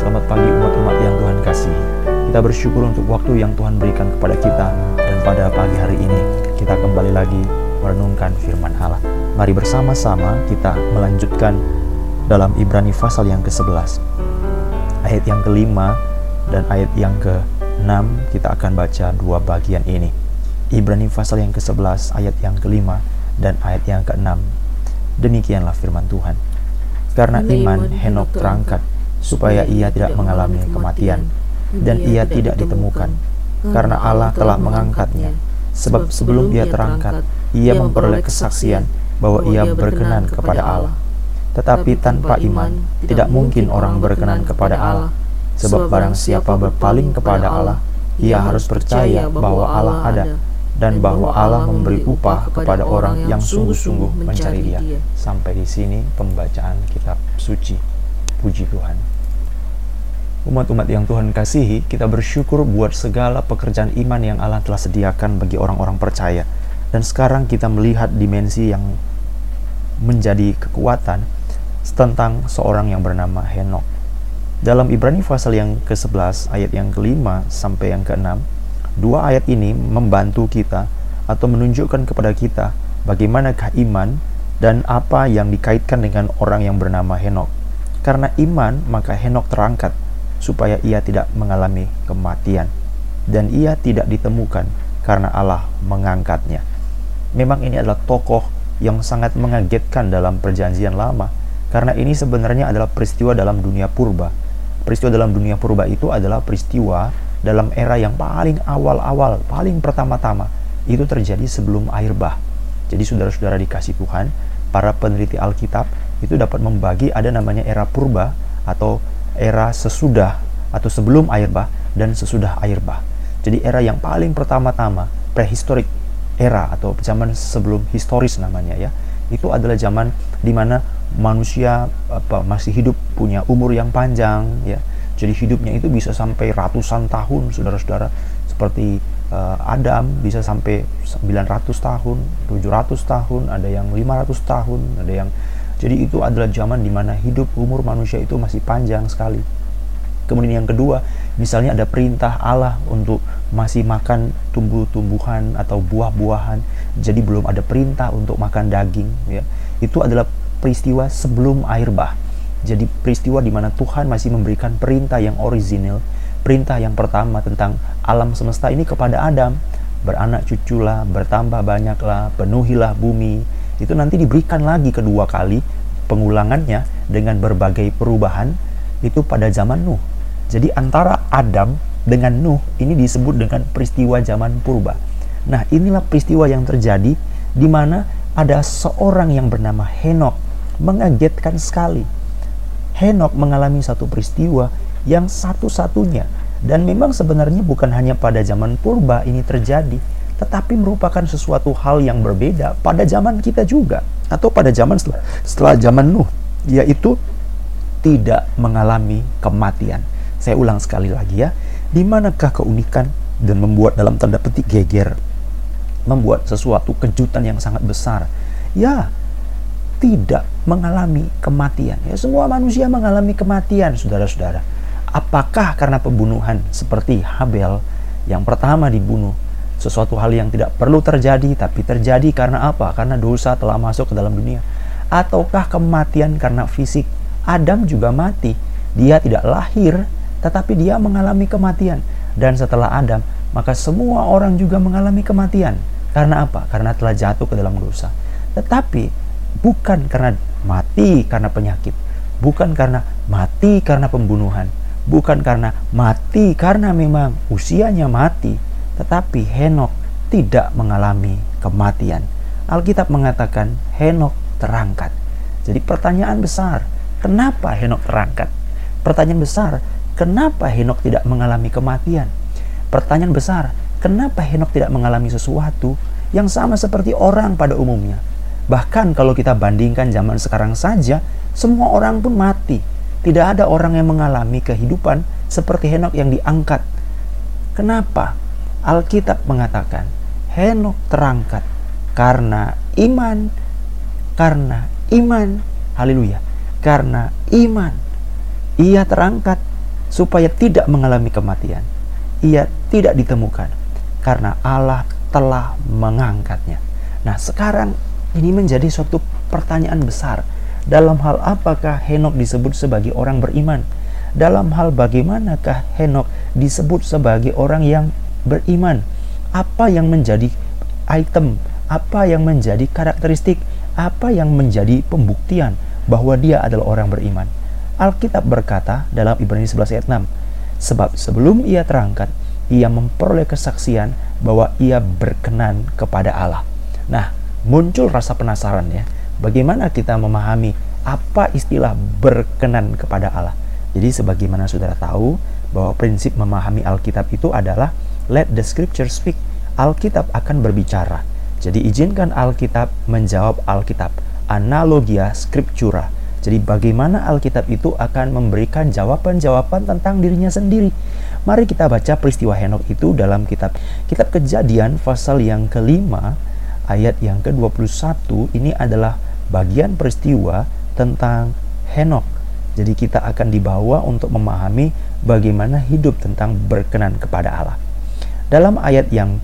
Selamat pagi umat-umat yang Tuhan kasihi. Kita bersyukur untuk waktu yang Tuhan berikan kepada kita. Dan pada pagi hari ini kita kembali lagi merenungkan firman Allah. Mari bersama-sama kita melanjutkan dalam Ibrani pasal yang ke-11, ayat yang ke-5 dan ayat yang ke-6. Kita akan baca dua bagian ini. Ibrani pasal yang ke-11 ayat yang ke-5 dan ayat yang ke-6. Demikianlah firman Tuhan. Karena iman Henok terangkat supaya ia tidak mengalami kematian, dan ia tidak ditemukan, karena Allah telah mengangkatnya. Sebab sebelum ia terangkat, ia memperoleh kesaksian bahwa ia berkenan kepada Allah. Tetapi tanpa iman, tidak mungkin orang berkenan kepada Allah. Sebab barang siapa berpaling kepada Allah, ia harus percaya bahwa Allah ada, dan bahwa Allah memberi upah kepada orang yang sungguh-sungguh mencari Dia. Sampai di sini pembacaan kitab suci. Puji Tuhan. Umat-umat yang Tuhan kasihi, kita bersyukur buat segala pekerjaan iman yang Allah telah sediakan bagi orang-orang percaya. Dan sekarang kita melihat dimensi yang menjadi kekuatan tentang seorang yang bernama Henok. Dalam Ibrani pasal yang ke-11 ayat yang ke-5 sampai yang ke-6, dua ayat ini membantu kita atau menunjukkan kepada kita bagaimanakah iman dan apa yang dikaitkan dengan orang yang bernama Henok. Karena iman, maka Henok terangkat supaya ia tidak mengalami kematian, dan ia tidak ditemukan karena Allah mengangkatnya. Memang ini adalah tokoh yang sangat mengagetkan dalam perjanjian lama, karena ini sebenarnya adalah peristiwa dalam dunia purba. Peristiwa dalam dunia purba itu adalah peristiwa dalam era yang paling awal-awal, paling pertama-tama. Itu terjadi sebelum air bah. Jadi saudara-saudara dikasih Tuhan, para peneliti Alkitab itu dapat membagi ada namanya era purba atau era sesudah atau sebelum air bah dan sesudah air bah. Jadi era yang paling pertama-tama, prehistorik era atau zaman sebelum historis namanya ya. Itu adalah zaman di mana manusia masih hidup, punya umur yang panjang ya. Jadi hidupnya itu bisa sampai ratusan tahun, saudara-saudara. Seperti Adam bisa sampai 900 tahun, 700 tahun, ada yang 500 tahun, ada yang. Jadi itu adalah zaman di mana hidup umur manusia itu masih panjang sekali. Kemudian yang kedua, misalnya ada perintah Allah untuk masih makan tumbuh-tumbuhan atau buah-buahan. Jadi belum ada perintah untuk makan daging ya. Itu adalah peristiwa sebelum air bah. Jadi peristiwa di mana Tuhan masih memberikan perintah yang orisinil, perintah yang pertama tentang alam semesta ini kepada Adam. Beranak cuculah, bertambah banyaklah, penuhilah bumi. Itu nanti diberikan lagi kedua kali pengulangannya dengan berbagai perubahan itu pada zaman Nuh. Jadi antara Adam dengan Nuh ini disebut dengan peristiwa zaman purba. Nah, inilah peristiwa yang terjadi di mana ada seorang yang bernama Henok. Mengagetkan sekali. Henok mengalami satu peristiwa yang satu-satunya, dan memang sebenarnya bukan hanya pada zaman purba ini terjadi, tetapi merupakan sesuatu hal yang berbeda pada zaman kita juga, atau pada zaman setelah zaman Nuh, yaitu tidak mengalami kematian. Saya ulang sekali lagi ya, di manakah keunikan dan membuat dalam tanda petik geger, membuat sesuatu kejutan yang sangat besar? Ya, tidak mengalami kematian. Ya, semua manusia mengalami kematian, saudara-saudara. Apakah karena pembunuhan seperti Habel yang pertama dibunuh? Sesuatu hal yang tidak perlu terjadi, tapi terjadi karena apa? Karena dosa telah masuk ke dalam dunia. Ataukah kematian karena fisik? Adam juga mati. Dia tidak lahir, tetapi dia mengalami kematian. Dan setelah Adam, maka semua orang juga mengalami kematian. Karena apa? Karena telah jatuh ke dalam dosa. Tetapi bukan karena mati karena penyakit, bukan karena mati karena pembunuhan, bukan karena mati karena memang usianya mati, tetapi Henok tidak mengalami kematian. Alkitab mengatakan Henok terangkat. Jadi pertanyaan besar, kenapa Henok terangkat? Pertanyaan besar, kenapa Henok tidak mengalami kematian? Pertanyaan besar, kenapa Henok tidak mengalami sesuatu yang sama seperti orang pada umumnya? Bahkan kalau kita bandingkan zaman sekarang saja, semua orang pun mati. Tidak ada orang yang mengalami kehidupan seperti Henok yang diangkat. Kenapa? Alkitab mengatakan Henok terangkat karena iman, haleluya, karena iman. Ia terangkat supaya tidak mengalami kematian. Ia tidak ditemukan karena Allah telah mengangkatnya. Nah, sekarang ini menjadi suatu pertanyaan besar. Dalam hal apakah Henokh disebut sebagai orang beriman? Dalam hal bagaimanakah Henokh disebut sebagai orang yang beriman? Apa yang menjadi item, apa yang menjadi karakteristik, apa yang menjadi pembuktian bahwa dia adalah orang beriman? Alkitab berkata dalam Ibrani 11 ayat 6, sebab sebelum ia terangkat, ia memperoleh kesaksian bahwa ia berkenan kepada Allah. Nah, muncul rasa penasaran ya, bagaimana kita memahami apa istilah berkenan kepada Allah. Jadi sebagaimana saudara tahu bahwa prinsip memahami Alkitab itu adalah let the scripture speak. Alkitab akan berbicara. Jadi izinkan Alkitab menjawab Alkitab. Analogia scriptura. Jadi bagaimana Alkitab itu akan memberikan jawaban-jawaban tentang dirinya sendiri. Mari kita baca peristiwa Henokh itu dalam kitab Kejadian pasal yang kelima ayat yang ke-21. Ini adalah bagian peristiwa tentang Henokh. Jadi kita akan dibawa untuk memahami bagaimana hidup tentang berkenan kepada Allah. Dalam ayat yang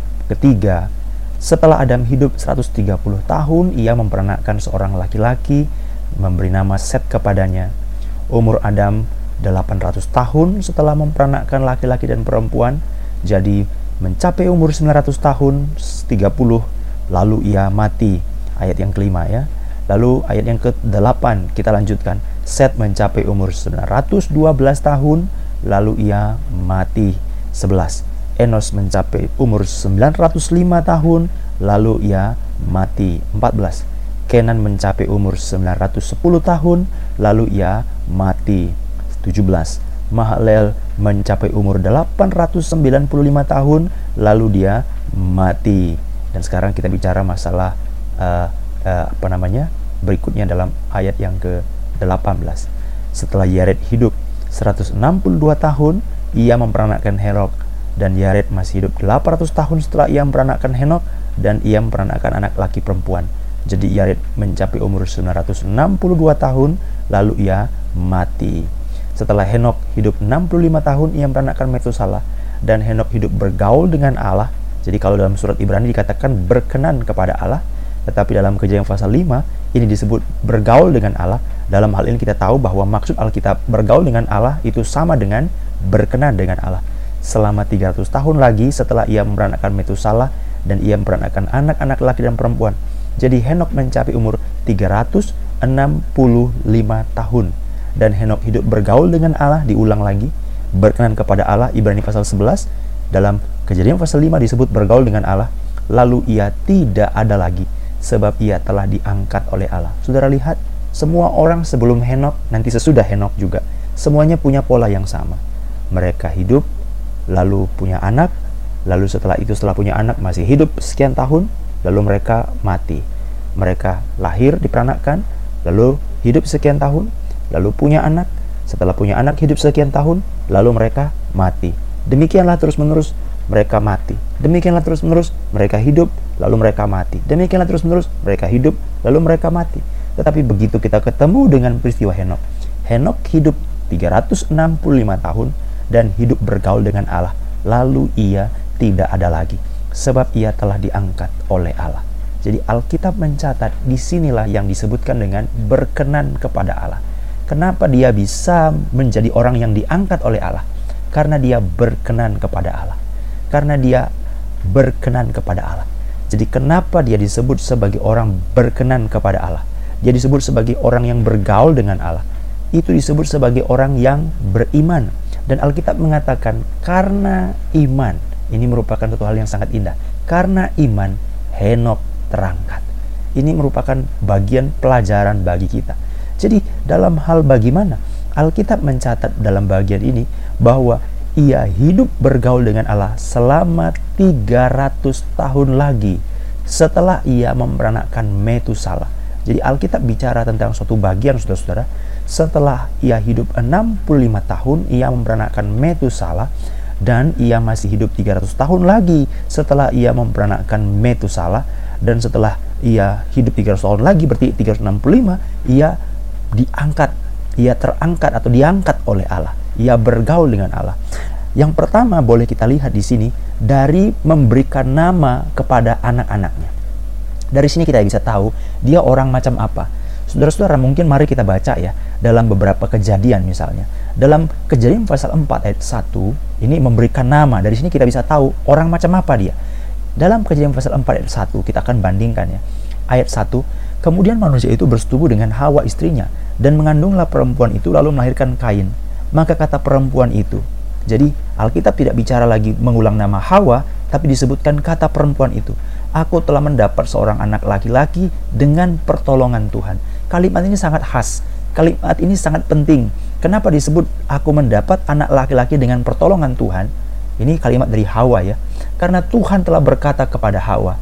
ketiga, setelah Adam hidup 130 tahun, ia memperanakkan seorang laki-laki, memberi nama Set kepadanya. Umur Adam 800 tahun setelah memperanakkan laki-laki dan perempuan, jadi mencapai umur 900 tahun 30, lalu ia mati. Ayat yang kelima ya. Lalu ayat yang ke-8 kita lanjutkan. Set mencapai umur 912 tahun, lalu ia mati. 11. Enos mencapai umur 905 tahun, lalu ia mati. 14. Kenan mencapai umur 910 tahun, lalu ia mati. 17. Mahalalel mencapai umur 895 tahun, lalu dia mati. Dan sekarang kita bicara masalah berikutnya dalam ayat yang ke-18. Setelah Yared hidup 162 tahun, ia memperanakkan Henokh, dan Yared masih hidup 800 tahun setelah ia memperanakkan Henokh, dan ia memperanakkan anak laki perempuan. Jadi Yared mencapai umur 962 tahun, lalu ia mati. Setelah Henokh hidup 65 tahun, ia memperanakkan Metusala, dan Henokh hidup bergaul dengan Allah. Jadi kalau dalam surat Ibrani dikatakan berkenan kepada Allah, tetapi dalam Kejadian pasal 5 ini disebut bergaul dengan Allah. Dalam hal ini kita tahu bahwa maksud Alkitab bergaul dengan Allah itu sama dengan berkenan dengan Allah. Selama 300 tahun lagi setelah ia memperanakkan Metusala, dan ia memperanakkan anak-anak laki dan perempuan. Jadi Henokh mencapai umur 365 tahun. Dan Henokh hidup bergaul dengan Allah, diulang lagi, berkenan kepada Allah. Ibrani pasal 11, dalam Kejadian pasal 5 disebut bergaul dengan Allah. Lalu ia tidak ada lagi, sebab ia telah diangkat oleh Allah. Saudara lihat, semua orang sebelum Henokh, nanti sesudah Henokh juga, semuanya punya pola yang sama. Mereka hidup, lalu punya anak, lalu setelah punya anak masih hidup sekian tahun, lalu mereka mati. Mereka lahir diperanakkan, lalu hidup sekian tahun, lalu punya anak, setelah punya anak hidup sekian tahun, lalu mereka mati. Demikianlah terus-menerus mereka mati. Demikianlah terus-menerus mereka hidup, lalu mereka mati. Demikianlah terus-menerus mereka hidup, lalu mereka mati. Tetapi begitu kita ketemu dengan peristiwa Henokh, Henokh hidup 365 tahun dan hidup bergaul dengan Allah. Lalu ia tidak ada lagi, sebab ia telah diangkat oleh Allah. Jadi Alkitab mencatat disinilah yang disebutkan dengan berkenan kepada Allah. Kenapa dia bisa menjadi orang yang diangkat oleh Allah? Karena dia berkenan kepada Allah. Karena dia berkenan kepada Allah. Jadi kenapa dia disebut sebagai orang berkenan kepada Allah? Dia disebut sebagai orang yang bergaul dengan Allah. Itu disebut sebagai orang yang beriman. Dan Alkitab mengatakan karena iman, ini merupakan suatu hal yang sangat indah. Karena iman, Henokh terangkat. Ini merupakan bagian pelajaran bagi kita. Jadi dalam hal bagaimana Alkitab mencatat dalam bagian ini bahwa ia hidup bergaul dengan Allah selama 300 tahun lagi setelah ia memperanakkan Metusala. Jadi Alkitab bicara tentang suatu bagian, saudara-saudara, setelah ia hidup 65 tahun, ia memperanakkan Metusala, dan ia masih hidup 300 tahun lagi setelah ia memperanakkan Metusala, dan setelah ia hidup 300 tahun lagi, berarti 365, ia terangkat atau diangkat oleh Allah. ia bergaul dengan Allah. Yang pertama boleh kita lihat di sini dari memberikan nama kepada anak-anaknya. Dari sini kita bisa tahu dia orang macam apa. Saudara-saudara, mungkin mari kita baca ya dalam beberapa kejadian misalnya. Dalam Kejadian pasal 4 ayat 1, ini memberikan nama. Dari sini kita bisa tahu orang macam apa dia. Dalam Kejadian pasal 4 ayat 1, kita akan bandingkan ya. Ayat 1, kemudian manusia itu bersetubuh dengan Hawa istrinya, dan mengandunglah perempuan itu lalu melahirkan Kain. Maka kata perempuan itu, jadi Alkitab tidak bicara lagi mengulang nama Hawa, tapi disebutkan kata perempuan itu, aku telah mendapat seorang anak laki-laki dengan pertolongan Tuhan. Kalimat ini sangat khas, kalimat ini sangat penting. Kenapa disebut aku mendapat anak laki-laki dengan pertolongan Tuhan? Ini kalimat dari Hawa ya. Karena Tuhan telah berkata kepada Hawa,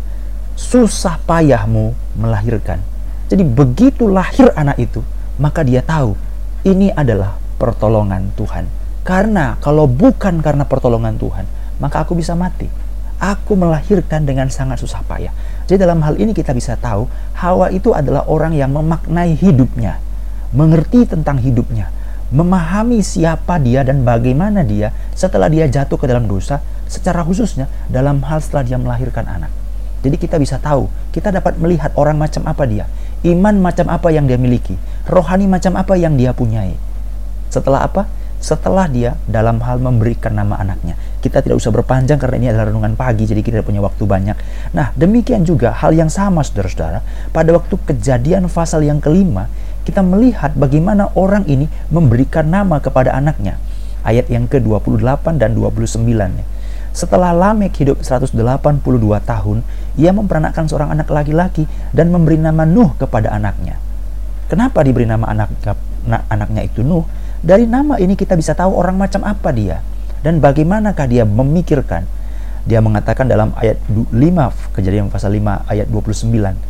susah payahmu melahirkan. Jadi begitu lahir anak itu, maka dia tahu ini adalah pertolongan Tuhan. Karena kalau bukan karena pertolongan Tuhan, maka aku bisa mati. Aku melahirkan dengan sangat susah payah. Jadi dalam hal ini kita bisa tahu Hawa itu adalah orang yang memaknai hidupnya, mengerti tentang hidupnya, memahami siapa dia dan bagaimana dia setelah dia jatuh ke dalam dosa, secara khususnya dalam hal setelah dia melahirkan anak. Jadi kita bisa tahu, kita dapat melihat orang macam apa dia, iman macam apa yang dia miliki, rohani macam apa yang dia punyai. Setelah apa? Setelah dia dalam hal memberikan nama anaknya. Kita tidak usah berpanjang karena ini adalah renungan pagi, jadi kita tidak punya waktu banyak. Nah, demikian juga hal yang sama saudara-saudara, pada waktu Kejadian pasal yang kelima, kita melihat bagaimana orang ini memberikan nama kepada anaknya. Ayat yang ke-28 dan 29. Setelah Lamek hidup 182 tahun, ia memperanakkan seorang anak laki-laki dan memberi nama Nuh kepada anaknya. Kenapa diberi nama anaknya itu Nuh? Dari nama ini kita bisa tahu orang macam apa dia dan bagaimanakah dia memikirkan. Dia mengatakan dalam ayat 5, Kejadian pasal 5 ayat 29,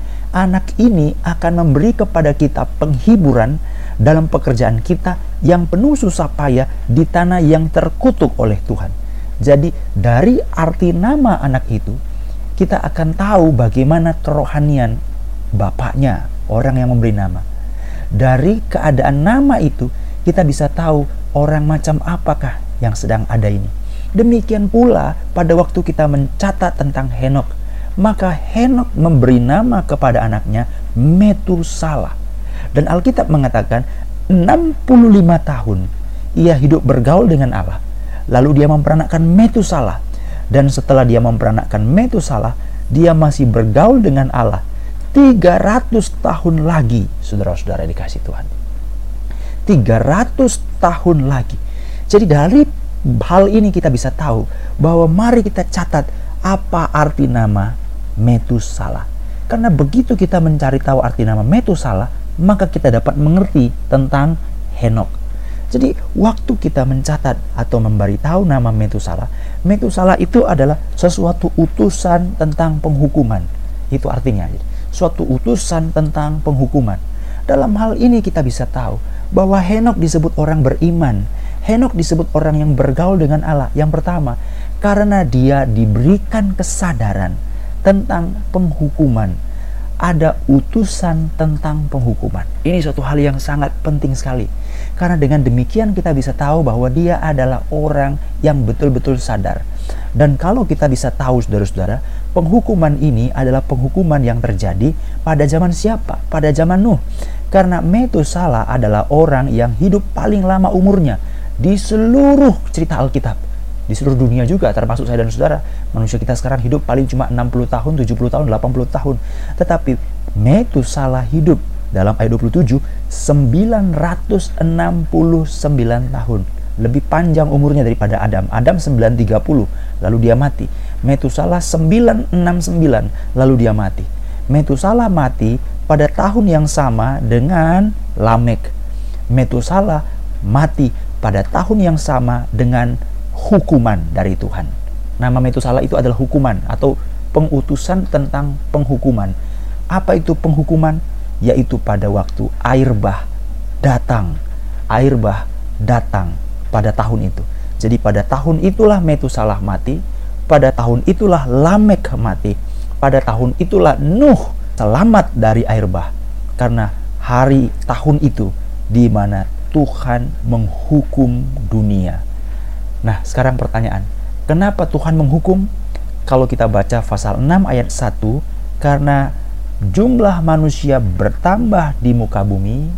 anak ini akan memberi kepada kita penghiburan dalam pekerjaan kita yang penuh susah payah di tanah yang terkutuk oleh Tuhan. Jadi dari arti nama anak itu kita akan tahu bagaimana kerohanian bapaknya, orang yang memberi nama. Dari keadaan nama itu kita bisa tahu orang macam apakah yang sedang ada ini. Demikian pula pada waktu kita mencatat tentang Henokh, maka Henokh memberi nama kepada anaknya Metusala. Dan Alkitab mengatakan 65 tahun ia hidup bergaul dengan Allah. Lalu dia memperanakkan Metusala. Dan setelah dia memperanakkan Metusala, dia masih bergaul dengan Allah 300 tahun lagi, saudara-saudara dikasih Tuhan. 300 tahun lagi. Jadi dari hal ini kita bisa tahu bahwa mari kita catat apa arti nama Metusala. Karena begitu kita mencari tahu arti nama Metusala, maka kita dapat mengerti tentang Henokh. Jadi waktu kita mencatat atau memberitahu nama Metusala, Metusala itu adalah sesuatu utusan tentang penghukuman. Itu artinya, suatu utusan tentang penghukuman. Dalam hal ini kita bisa tahu bahwa Henokh disebut orang beriman. Henokh disebut orang yang bergaul dengan Allah. Yang pertama, karena dia diberikan kesadaran tentang penghukuman. Ada utusan tentang penghukuman. Ini suatu hal yang sangat penting sekali. Karena dengan demikian kita bisa tahu bahwa dia adalah orang yang betul-betul sadar. Dan kalau kita bisa tahu saudara-saudara, penghukuman ini adalah penghukuman yang terjadi pada zaman siapa? Pada zaman Nuh. Karena Metusala adalah orang yang hidup paling lama umurnya di seluruh cerita Alkitab. Di seluruh dunia juga, termasuk saya dan saudara. Manusia kita sekarang hidup paling cuma 60 tahun, 70 tahun, 80 tahun. Tetapi Metusala hidup dalam ayat 27, 969 tahun. Lebih panjang umurnya daripada Adam. Adam 930, lalu dia mati. Metusala 969, lalu dia mati. Metusala mati pada tahun yang sama dengan Lamek. Metusala mati pada tahun yang sama dengan hukuman dari Tuhan. Nama Metusala itu adalah hukuman atau pengutusan tentang penghukuman. Apa itu penghukuman? Yaitu pada waktu air bah datang. Air bah datang pada tahun itu. Jadi pada tahun itulah Metusala mati, pada tahun itulah Lamek mati, pada tahun itulah Nuh selamat dari air bah. Karena hari tahun itu di mana Tuhan menghukum dunia. Nah, sekarang pertanyaan, kenapa Tuhan menghukum? Kalau kita baca pasal 6 ayat 1, karena jumlah manusia bertambah di muka bumi,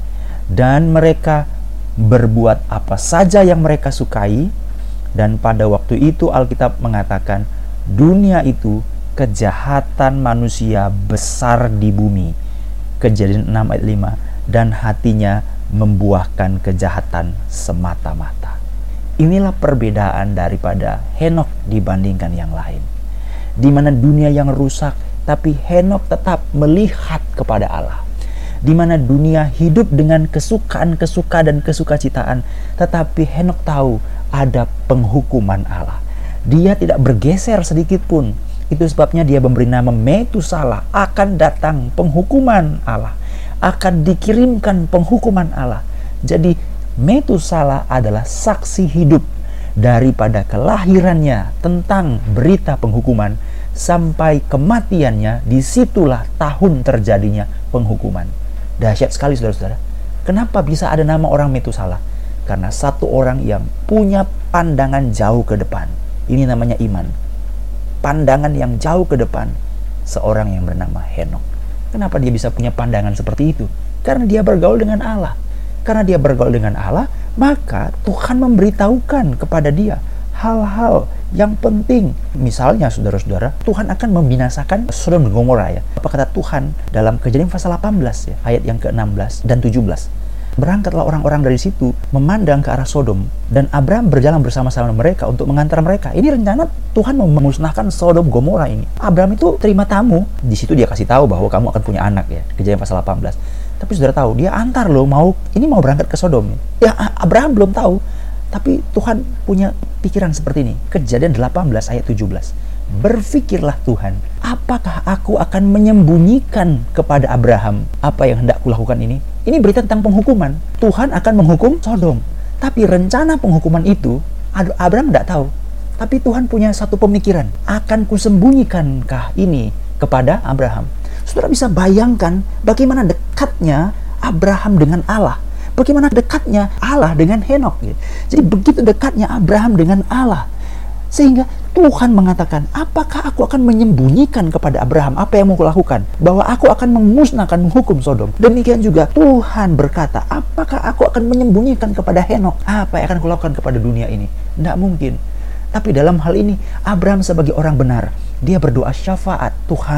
dan mereka berbuat apa saja yang mereka sukai, dan pada waktu itu Alkitab mengatakan, dunia itu kejahatan manusia besar di bumi. Kejadian 6 ayat 5, dan hatinya membuahkan kejahatan semata-mata. Inilah perbedaan daripada Henokh dibandingkan yang lain. Di mana dunia yang rusak, tapi Henokh tetap melihat kepada Allah. Di mana dunia hidup dengan kesukaan-kesukaan dan kesukacitaan, tetapi Henokh tahu ada penghukuman Allah. Dia tidak bergeser sedikit pun. Itu sebabnya dia memberi nama Metusalah. Akan datang penghukuman Allah, akan dikirimkan penghukuman Allah. Jadi Metusalah adalah saksi hidup daripada kelahirannya tentang berita penghukuman sampai kematiannya. Disitulah tahun terjadinya penghukuman. Dahsyat sekali saudara-saudara. Kenapa bisa ada nama orang Metusalah? Karena satu orang yang punya pandangan jauh ke depan. Ini namanya iman. Pandangan yang jauh ke depan. Seorang yang bernama Henokh. Kenapa dia bisa punya pandangan seperti itu? Karena dia bergaul dengan Allah. Karena dia bergaul dengan Allah, maka Tuhan memberitahukan kepada dia hal-hal yang penting. Misalnya saudara-saudara, Tuhan akan membinasakan Sodom dan Gomora ya. Apa kata Tuhan dalam Kejadian pasal 18 ya, ayat yang ke-16 dan 17. Berangkatlah orang-orang dari situ memandang ke arah Sodom, dan Abraham berjalan bersama-sama mereka untuk mengantar mereka. Ini rencana Tuhan mau memusnahkan Sodom Gomora ini. Abraham itu terima tamu. Di situ dia kasih tahu bahwa kamu akan punya anak ya. Kejadian pasal 18. Tapi saudara tahu, dia antar loh, mau berangkat ke Sodom. Ya, Abraham belum tahu. Tapi Tuhan punya pikiran seperti ini. Kejadian 18 ayat 17. Berfikirlah Tuhan, apakah aku akan menyembunyikan kepada Abraham apa yang hendak kulakukan ini? Ini berita tentang penghukuman. Tuhan akan menghukum Sodom. Tapi rencana penghukuman itu, Abraham tidak tahu. Tapi Tuhan punya satu pemikiran. Akan kusembunyikankah ini kepada Abraham? Saudara bisa bayangkan bagaimana dekatnya Abraham dengan Allah. Bagaimana dekatnya Allah dengan Henokh. Jadi begitu dekatnya Abraham dengan Allah. Sehingga Tuhan mengatakan, apakah aku akan menyembunyikan kepada Abraham apa yang mau kulakukan? Bahwa aku akan memusnahkan, menghukum Sodom. Demikian juga Tuhan berkata, apakah aku akan menyembunyikan kepada Henokh apa yang akan kulakukan kepada dunia ini? Tidak mungkin. Tapi dalam hal ini, Abraham sebagai orang benar, dia berdoa syafaat.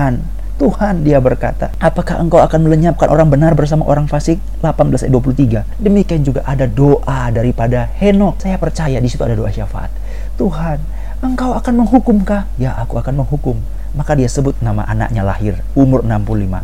Tuhan dia berkata, apakah engkau akan melenyapkan orang benar bersama orang fasik? 18 ayat 23. Demikian juga ada doa daripada Henokh. Saya percaya di situ ada doa syafaat. Tuhan, engkau akan menghukumkah? Ya, aku akan menghukum. Maka dia sebut nama anaknya lahir, umur 65.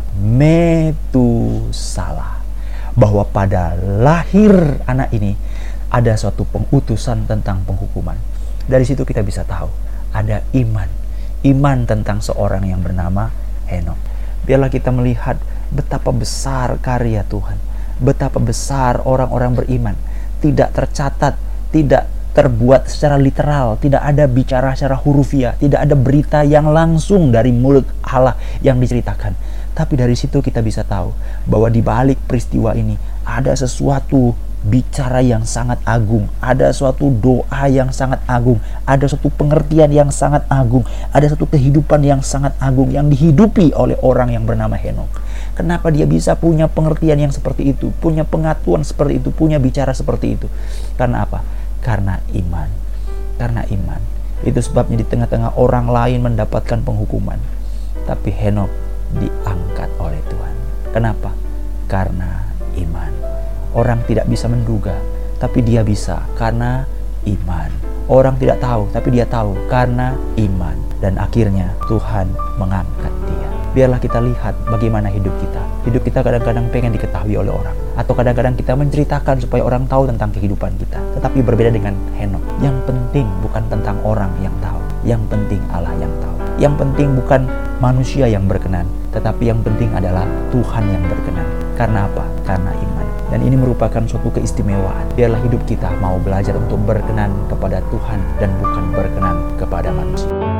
Metusalah. Bahwa pada lahir anak ini ada suatu pengutusan tentang penghukuman. Dari situ kita bisa tahu ada iman. Iman tentang seorang yang bernama Henokh. Biarlah kita melihat betapa besar karya Tuhan, betapa besar orang-orang beriman. Tidak tercatat, tidak terbuat secara literal, tidak ada bicara secara hurufiah, tidak ada berita yang langsung dari mulut Allah yang diceritakan. Tapi dari situ kita bisa tahu bahwa di balik peristiwa ini ada sesuatu bicara yang sangat agung, ada suatu doa yang sangat agung, ada suatu pengertian yang sangat agung, ada satu kehidupan yang sangat agung yang dihidupi oleh orang yang bernama Henokh. Kenapa dia bisa punya pengertian yang seperti itu, punya pengetahuan seperti itu, punya bicara seperti itu? Karena apa? Karena iman. Karena iman. Itu sebabnya di tengah-tengah orang lain mendapatkan penghukuman, tapi Henokh diangkat oleh Tuhan. Kenapa? Karena iman. Orang tidak bisa menduga, tapi dia bisa karena iman. Orang tidak tahu, tapi dia tahu karena iman. Dan akhirnya Tuhan mengangkat dia. Biarlah kita lihat bagaimana hidup kita. Hidup kita kadang-kadang pengen diketahui oleh orang. Atau kadang-kadang kita menceritakan supaya orang tahu tentang kehidupan kita. Tetapi berbeda dengan Henokh. Yang penting bukan tentang orang yang tahu. Yang penting Allah yang tahu. Yang penting bukan manusia yang berkenan. Tetapi yang penting adalah Tuhan yang berkenan. Karena apa? Karena iman. Dan ini merupakan suatu keistimewaan. Biarlah hidup kita mau belajar untuk berkenan kepada Tuhan dan bukan berkenan kepada manusia.